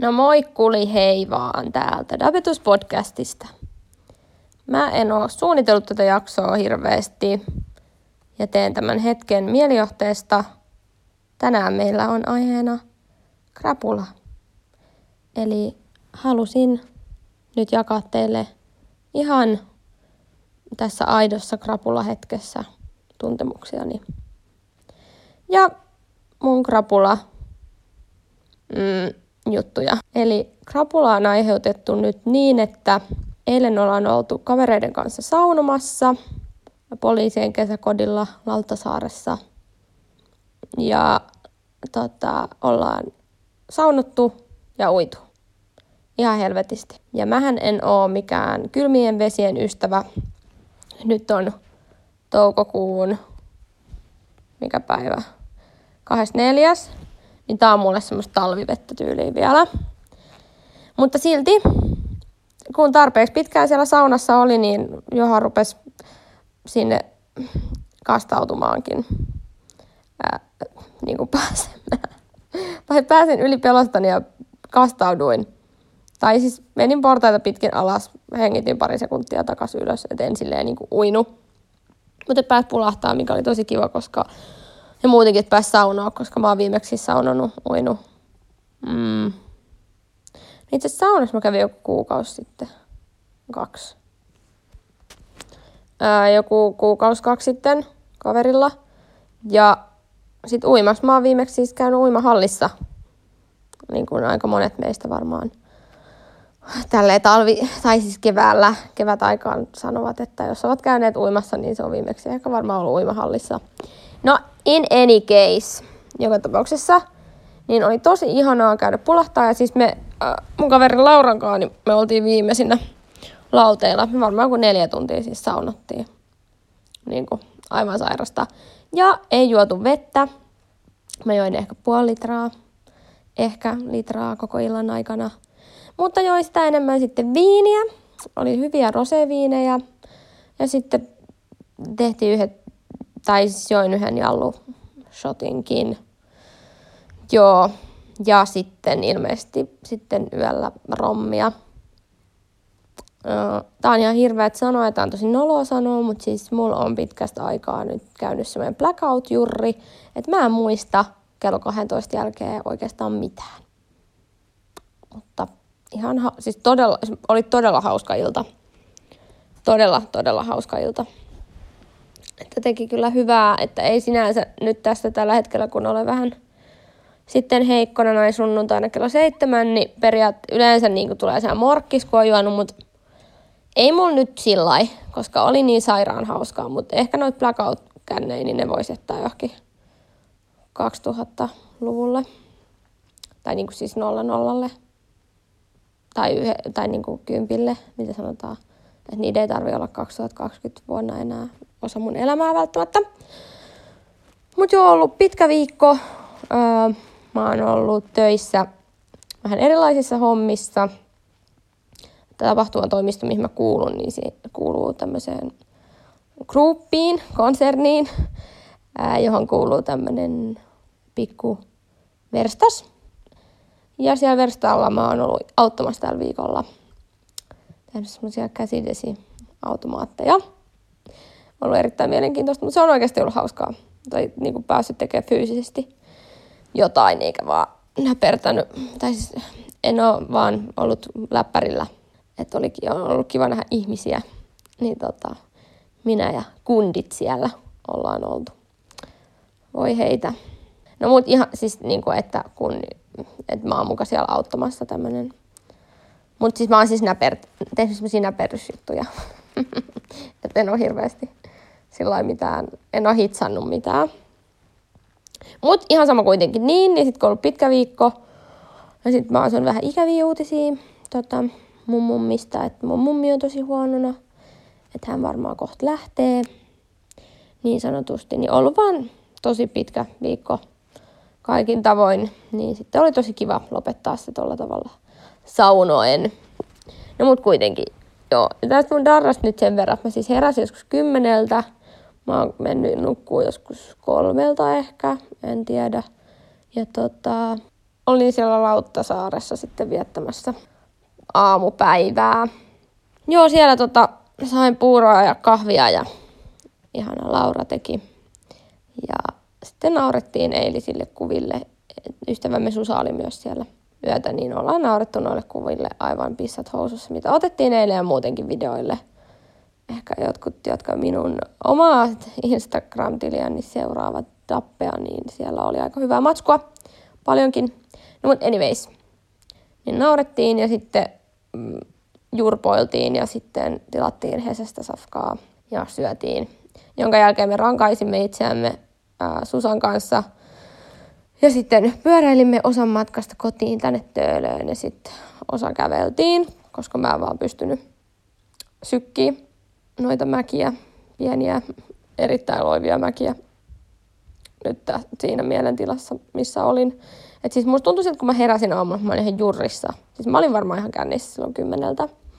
No moikkuli hei vaan täältä Dabetus-podcastista. Mä en oo suunnitellut tätä jaksoa hirveästi ja teen tämän hetken mielijohteesta. Tänään meillä on aiheena krapula. Eli halusin nyt jakaa teille ihan tässä aidossa krapula-hetkessä tuntemuksiani. Ja mun krapula juttuja. Eli krapula on aiheutettu nyt niin, että eilen ollaan oltu kavereiden kanssa saunomassa poliisien kesäkodilla Lauttasaaressa. Ja ollaan saunottu ja uitu. Ihan helvetisti. Ja mähän en oo mikään kylmien vesien ystävä. Nyt on toukokuun, mikä päivä? 24. Niin tää on mulle semmoista talvivettä tyyliin vielä. Mutta silti, kun tarpeeksi pitkään siellä saunassa oli, niin Johan rupesi sinne kastautumaankin niin kuin pääsemään. Pääsin yli pelostani ja kastauduin. Tai siis menin portaita pitkin alas, hengitin pari sekuntia takaisin ylös, et en silleen niin kuin uinu. Mutta pääsi pulahtaa, mikä oli tosi kiva, koska ja muutenkin, että pääsi saunoa, koska mä oon viimeksi saunonut, uinut. Itse asiassa saunassa mä kävin joku kuukausi sitten. 2. Joku kuukausi 2 sitten kaverilla. Ja sit uimassa mä oon viimeksi siis käynyt uimahallissa. Niin kuin aika monet meistä varmaan tälleen tai siis keväällä, kevätaikaan sanovat, että jos ovat käyneet uimassa, niin se on viimeksi ehkä varmaan ollut uimahallissa. No, in any case, joka tapauksessa, niin oli tosi ihanaa käydä pulahtaa. Ja siis me mun kaverin Lauran kanssa, niin me oltiin viimeisinä lauteilla. Me varmaan kuin 4 tuntia siis saunottiin. Niin kuin aivan sairasta. Ja ei juotu vettä. Mä join ehkä 0,5 litraa. Ehkä litraa koko illan aikana. Mutta join sitä enemmän sitten viiniä. Oli hyviä roséviinejä. Ja sitten tehtiin join yhden jallushotinkin. Joo. Ja sitten ilmeisesti sitten yöllä rommia. Tää on ihan hirveet sanoa ja tää on tosi noloa sanoa, mutta siis mulla on pitkästä aikaa nyt käynyt semmoinen blackout-jurri, että mä en muista kello 12 jälkeen oikeastaan mitään. Mutta ihan siis oli todella hauska ilta. Todella hauska ilta. Että teki kyllä hyvää, että ei sinänsä nyt tässä tällä hetkellä, kun olen vähän sitten heikkona noin sunnuntaina kello 7, niin yleensä niin tulee sehän morkkis, kun on juonut, mutta ei mulla nyt sillai, koska oli niin sairaan hauskaa, mutta ehkä noit blackout-kännejä, niin ne voisi jättää johonkin 2000-luvulle. Tai niin kuin siis 00. Tai niin kuin 10, mitä sanotaan. Että niitä ei tarvitse olla 2020 vuonna enää osa mun elämää välttämättä. Mutta joo, ollut pitkä viikko. Mä oon ollut töissä vähän erilaisissa hommissa. Tapahtuman toimisto, mihin mä kuulun, niin se kuuluu tämmöiseen gruppiin, konserniin, johon kuuluu tämmönen pikku verstas. Ja siellä verstaalla mä oon ollut auttamassa tällä viikolla. Tehnyt semmoisia käsidesiautomaatteja. Ollut erittäin mielenkiintoista, mutta se on oikeasti ollut hauskaa. Tai niin kuin päässyt tekemään fyysisesti jotain, eikä vaan näpertänyt. Tai siis en ole vaan ollut läppärillä. Että on ollut kiva nähdä ihmisiä. Niin minä ja kundit siellä ollaan oltu. Voi heitä. No mut ihan siis niinku, että mä oon muka siellä auttamassa tämmönen. Mut siis mä oon siis tehnyt semmosia näperrysjuttuja. Että en oo hirveästi sillain mitään, en oo hitsannut mitään. Mut ihan sama kuitenkin niin sit kun on ollut pitkä viikko. Ja sit mä oon saanut vähän ikäviä uutisia mun mummista, että mun mummi on tosi huonona. Että hän varmaan kohta lähtee. Niin sanotusti. Niin ollut vaan tosi pitkä viikko kaikin tavoin. Niin sitten oli tosi kiva lopettaa se tolla tavalla saunoen. No mut kuitenkin, joo. Ja tästä mun darrasta nyt sen verran. Mä siis heräsin joskus 10. Mä oon mennyt nukkuun joskus 3 ehkä, en tiedä. Ja olin siellä Lauttasaaressa sitten viettämässä aamupäivää. Joo, siellä sain puuroa ja kahvia ja ihana Laura teki. Ja sitten naurettiin eilisille kuville. Ystävämme Susa oli myös siellä yötä, niin ollaan naurettu noille kuville aivan pissat housussa, mitä otettiin eilen ja muutenkin videoille. Ehkä jotkut, jotka minun omaa Instagram-tiliäni seuraavat dappea, niin siellä oli aika hyvää matskua. Paljonkin. No mutta anyways, niin naurettiin ja sitten jurpoiltiin ja sitten tilattiin Hesestä safkaa ja syötiin. Jonka jälkeen me rankaisimme itseämme Susan kanssa. Ja sitten pyöräilimme osan matkasta kotiin tänne Töölöön ja sitten osa käveltiin, koska mä en vaan pystynyt sykkiin noita mäkiä, pieniä, erittäin loivia mäkiä nyt siinä mielentilassa, missä olin. Et siis musta tuntui siltä, kun mä heräsin aamulla, mä olin ihan jurrissa. Siis mä olin varmaan ihan kännissä silloin 10.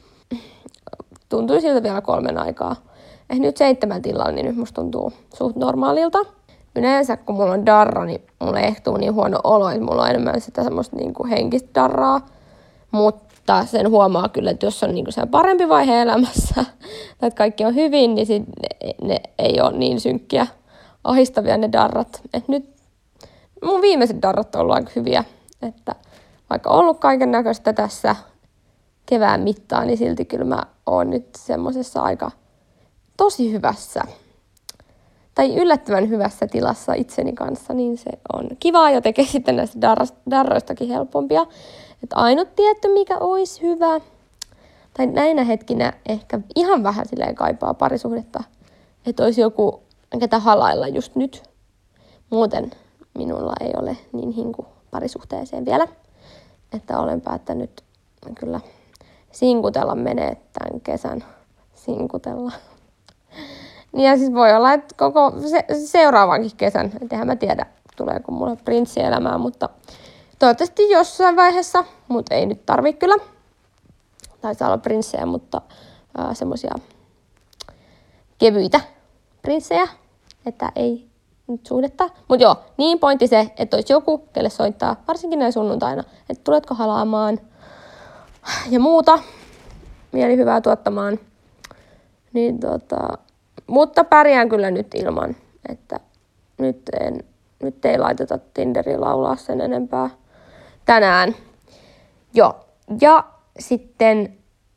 Tuntui siltä vielä 3 aikaa. Nyt 7 illalla, niin nyt musta tuntuu suht normaalilta. Yleensä kun mulla on darra, niin mulla ehtuu niin huono olo, että mulla on enemmän sitä semmoista niinku henkistä darraa. Mutta sen huomaa kyllä, että jos on niinku se parempi vaihe elämässä, että kaikki on hyvin, niin sit ne ei ole niin synkkiä, ahistavia ne darrat. Et nyt mun viimeiset darrat on ollut aika hyviä, että vaikka on ollut kaiken näköistä tässä kevään mittaan, niin silti kyllä mä oon nyt semmosessa aika tosi hyvässä tai yllättävän hyvässä tilassa itseni kanssa, niin se on kivaa ja tekee sitten näistä darroistakin helpompia. Että ainut tietty, mikä olisi hyvä, tai näinä hetkinä ehkä ihan vähän silleen kaipaa parisuhdetta, että olisi joku, ketä halailla just nyt. Muuten minulla ei ole niin hinku parisuhteeseen vielä, että olen päättänyt kyllä sinkutella menee tämän kesän sinkutella. Ja siis voi olla, että koko seuraavankin kesän, eihän mä tiedä, tuleeko mulle prinssielämää, mutta toivottavasti jossain vaiheessa, mutta ei nyt tarvi kyllä. Tai saa olla prinssejä, mutta semmoisia kevyitä prinssejä, että ei nyt suhdetta. Mutta joo, niin pointti se, että olisi joku, kelle soittaa, varsinkin näin sunnuntaina, että tuletko halaamaan ja muuta mielihyvää tuottamaan. Niin mutta pärjään kyllä nyt ilman, että nyt ei laiteta Tinderiin laulaa sen enempää tänään. Joo, ja sitten,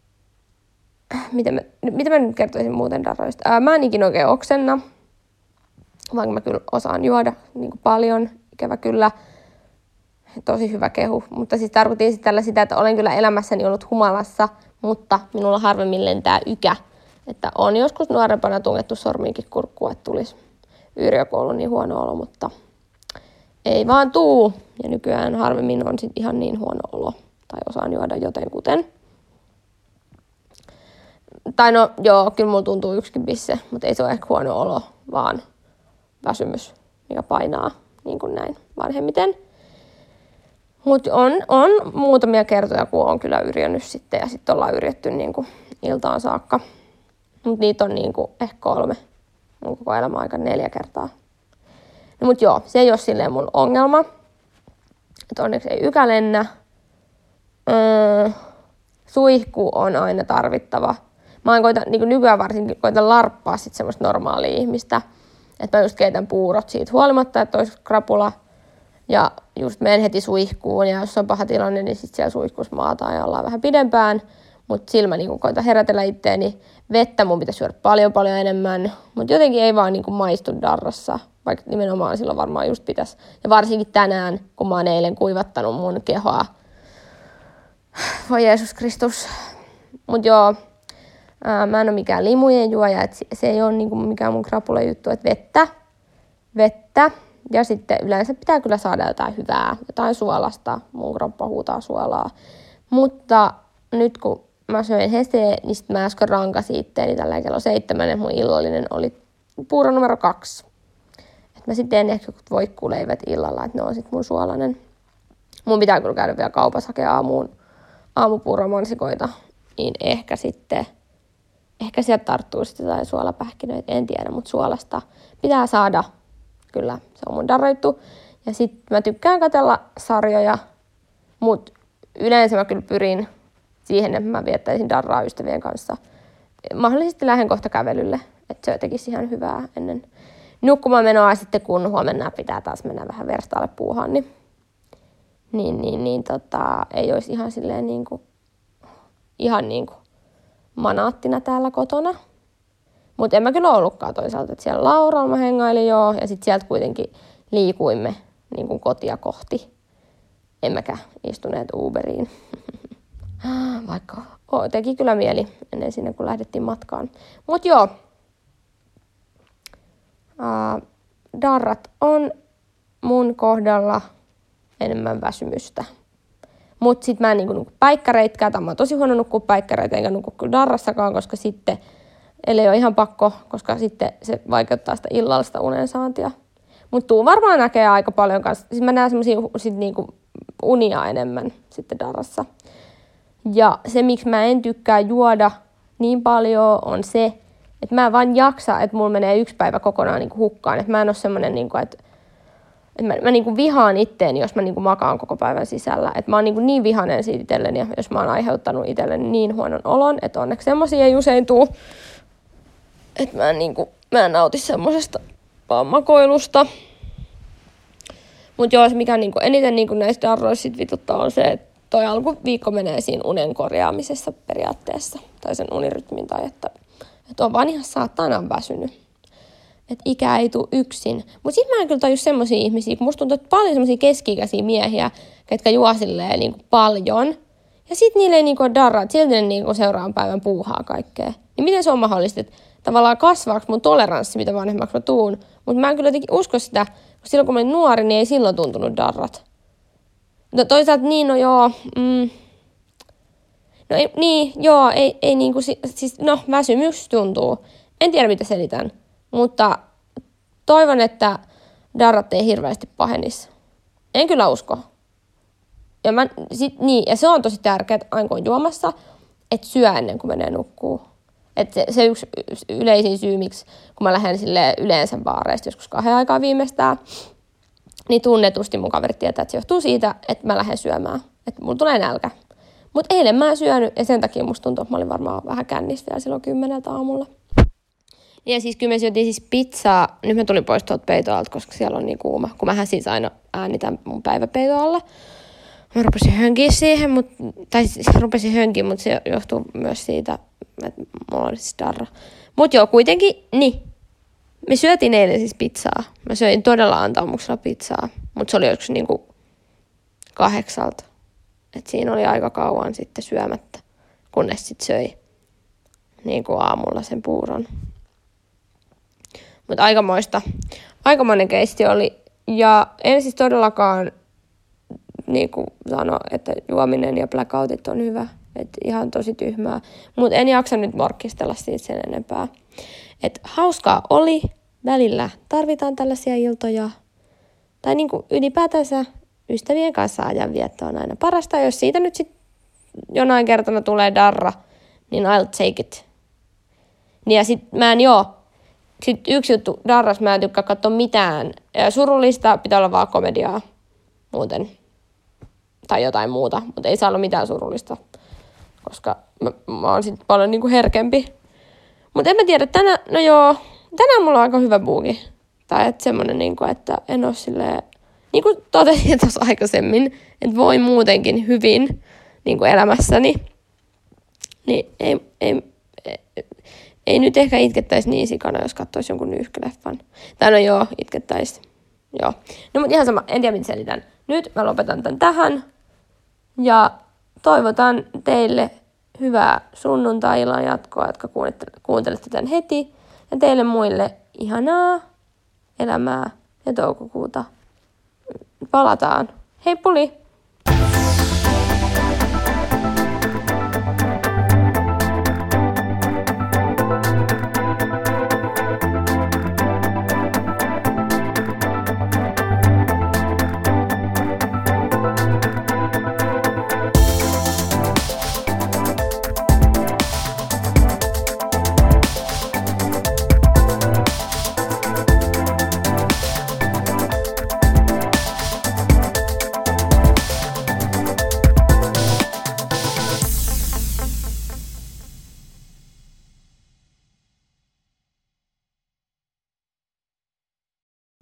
mitä mä nyt kertoisin muuten darroista? Mä en ikinä oikein oksenna, vaikka mä kyllä osaan juoda niin kuin paljon, ikävä kyllä. Tosi hyvä kehu, mutta siis tarkoitin tällä sitä, että olen kyllä elämässäni ollut humalassa, mutta minulla harvemmin lentää ykä. Että on joskus nuorempana tungettu sormiinkin kurkkua, että tulisi yrjökoulu niin huono olo, mutta ei vaan tuu. Ja nykyään harvemmin on sit ihan niin huono olo tai osaan juoda jotenkuten. Tai no joo, kyllä mulla tuntuu yksikin bisse, mutta ei se ole ehkä huono olo, vaan väsymys, mikä painaa niin kuin näin vanhemmiten. Mutta on muutamia kertoja, kun on kyllä yrjännyt sitten ja sitten ollaan yrjetty niin kuin iltaan saakka. Mutta niitä on niinku ehkä 3. Mun koko elämä aika 4 kertaa. No mut joo, se ei ole silleen mun ongelma. Että onneksi ei ykä lennä. Suihku on aina tarvittava. Mä niin nykyään varsinkin koitan larppaa sit semmoista normaalia ihmistä. Että mä just keitän puurot siitä huolimatta, että olisi krapula. Ja just menen heti suihkuun. Ja jos on paha tilanne, niin sit siellä suihkussa maataan ja ollaan vähän pidempään. Mutta silmä niin koitan herätellä itteeni. Vettä mun pitäisi syödä paljon enemmän. Mutta jotenkin ei vaan niin maistu darrassa. Vaikka nimenomaan silloin varmaan just pitäisi. Ja varsinkin tänään, kun mä oon eilen kuivattanut mun kehoa. Voi Jeesus Kristus. Mutta joo, mä en ole mikään limujen juoja. Et se ei ole niin mikään mun krapula juttu. Että vettä. Ja sitten yleensä pitää kyllä saada jotain hyvää. Jotain suolasta. Mun kroppa huutaa suolaa. Mutta nyt kun mä söin Heseen, niin sitten mä äsken rankasin itteeni tällä kello 7, ja mun illallinen oli puuro numero 2. Et mä sitten teen ehkä jotkut voikkuleivät illalla, että ne on sitten mun suolainen. Mun pitää kyllä käydä vielä kaupassa hakea aamupuuromansikoita, niin ehkä sieltä tarttuu sitten jotain suolapähkinöitä, en tiedä, mutta suolasta pitää saada, kyllä se on mun darroittu. Ja sitten mä tykkään katsella sarjoja Mutta yleensä mä kyllä pyrin siihen, että mä viettäisin darraa ystävien kanssa. Mahdollisesti lähden kohta kävelylle, että se tekisi ihan hyvää ennen nukkumaan menoa. Sitten kun huomenna pitää taas mennä vähän verstaalle puuhaan, niin ei olisi ihan silleen ihan manaattina täällä kotona. Mutta en mä kyllä ollutkaan toisaalta, että siellä Lauralla mä hengailin joo, ja sitten sieltä kuitenkin liikuimme kotia kohti. Emmekä istuneet Uberiin. Vaikka teki kyllä mieli ennen sinne, kun lähdettiin matkaan. Mutta joo, darrat on mun kohdalla enemmän väsymystä. Mutta sit mä en nuku päikkäreitkään, tai mä oon tosi huono nukkua päikkäreitä, enkä nuku kyllä darrassakaan, koska sitten, eli ole ihan pakko, koska sitten se vaikeuttaa sitä illallista unensaantia. Mutta tuu varmaan näkee aika paljon kanssa. Siis mä näen semmosia unia enemmän sitten darrassa. Ja se, miksi mä en tykkää juoda niin paljon, on se, että mä en vaan jaksa, että mulla menee yksi päivä kokonaan hukkaan. Että mä en ole semmoinen, että mä vihaan itteeni, jos mä makaan koko päivän sisällä. Että mä oon niin vihainen siitä itselleni, jos mä oon aiheuttanut itselleni niin huonon olon, että onneksi semmosia ei usein tuu. Että mä en nauti semmosesta vaan makoilusta. Mutta joo, se mikä eniten näistä darroista sit vituttaa on se, että toi alkuviikko menee siinä unen korjaamisessa periaatteessa. Tai sen unirytmin tai että on vaan ihan saatanan väsynyt. Että ikä ei tule yksin. Mutta sitten mä en kyllä tajua semmosia ihmisiä, kun musta tuntuu, että paljon semmosia keski-ikäisiä miehiä, ketkä juo silleen paljon. Ja sit niille ei ole darraa, että silti ne seuraavan päivän puuhaa kaikkea. Niin miten se on mahdollista, että tavallaan kasvaako mun toleranssi, mitä vanhemmaksi mä tuun. Mutta mä en kyllä jotenkin usko sitä, koska silloin kun mä olin nuori, niin ei silloin tuntunut darrat. No toisaalta niin, no joo. No ei, niin, joo, ei siis väsymys tuntuu. En tiedä mitä selitän, mutta toivon, että darrat ei hirveästi pahenisi. En kyllä usko. Ja se on tosi tärkeää, aina kun on juomassa, että syö ennen kuin menee nukkuu. Että se yksi yleisin syy, miksi kun mä lähden yleensä baareista joskus 2 aikaa viimeistään, niin tunnetusti mun kaverit tietää, että se johtuu siitä, että mä lähden syömään. Että mulla tulee nälkä. Mutta eilen mä en syönyt ja sen takia musta tuntuu, että mä olin varmaan vähän kännissä vielä silloin 10 aamulla. Ja siis kyllä me syötiin siis pizzaa. Nyt mä tulin pois tuolta peitoalta, koska siellä on niin kuuma. Kun mähän siis aina äänitän mun päiväpeiton alla. Mä rupesin hönkiä siihen, mutta se johtuu myös siitä, että mulla oli siis darra. Mut joo, kuitenkin, niin. Me syötiin eilen siis pizzaa. Mä söin todella antaumuksella pizzaa, mutta se oli joskus 8. Et siinä oli aika kauan sitten syömättä, kunnes sit söi aamulla sen puuron. Mutta aikamoinen keisti oli. Ja en siis todellakaan sano, että juominen ja blackoutit on hyvä. Että ihan tosi tyhmää. Mutta en jaksa nyt morkkistella siitä sen enempää. Että hauskaa oli. Välillä tarvitaan tällaisia iltoja. Tai ylipäätänsä ystävien kanssa ajanvietto on aina parasta. Jos siitä nyt sitten jonain kertana tulee darra, niin I'll take it. Ja sit mä en Sitten yksi juttu, darras mä en tykkää katsoa mitään. Surullista pitää olla vaan komediaa muuten. Tai jotain muuta, mutta ei saa olla mitään surullista. Koska mä oon sitten paljon herkempi. Mutta en mä tiedä, tänään mulla on aika hyvä buuki. Tai että semmonen, että en oo silleen, niin kuin totesin tuossa aikaisemmin, että voi muutenkin hyvin elämässäni. Niin ei nyt ehkä itkettäisi niin sikana, jos katsoisi jonkun nyyhkäleffan. Tai itkettäisi. Joo. No mutta ihan sama, en tiedä mitä selitän. Nyt mä lopetan tän tähän. Ja toivotan teille hyvää sunnuntai-illan jatkoa, jotka kuuntelette tän heti. Ja teille muille ihanaa elämää ja toukokuuta. Palataan. Hei puli!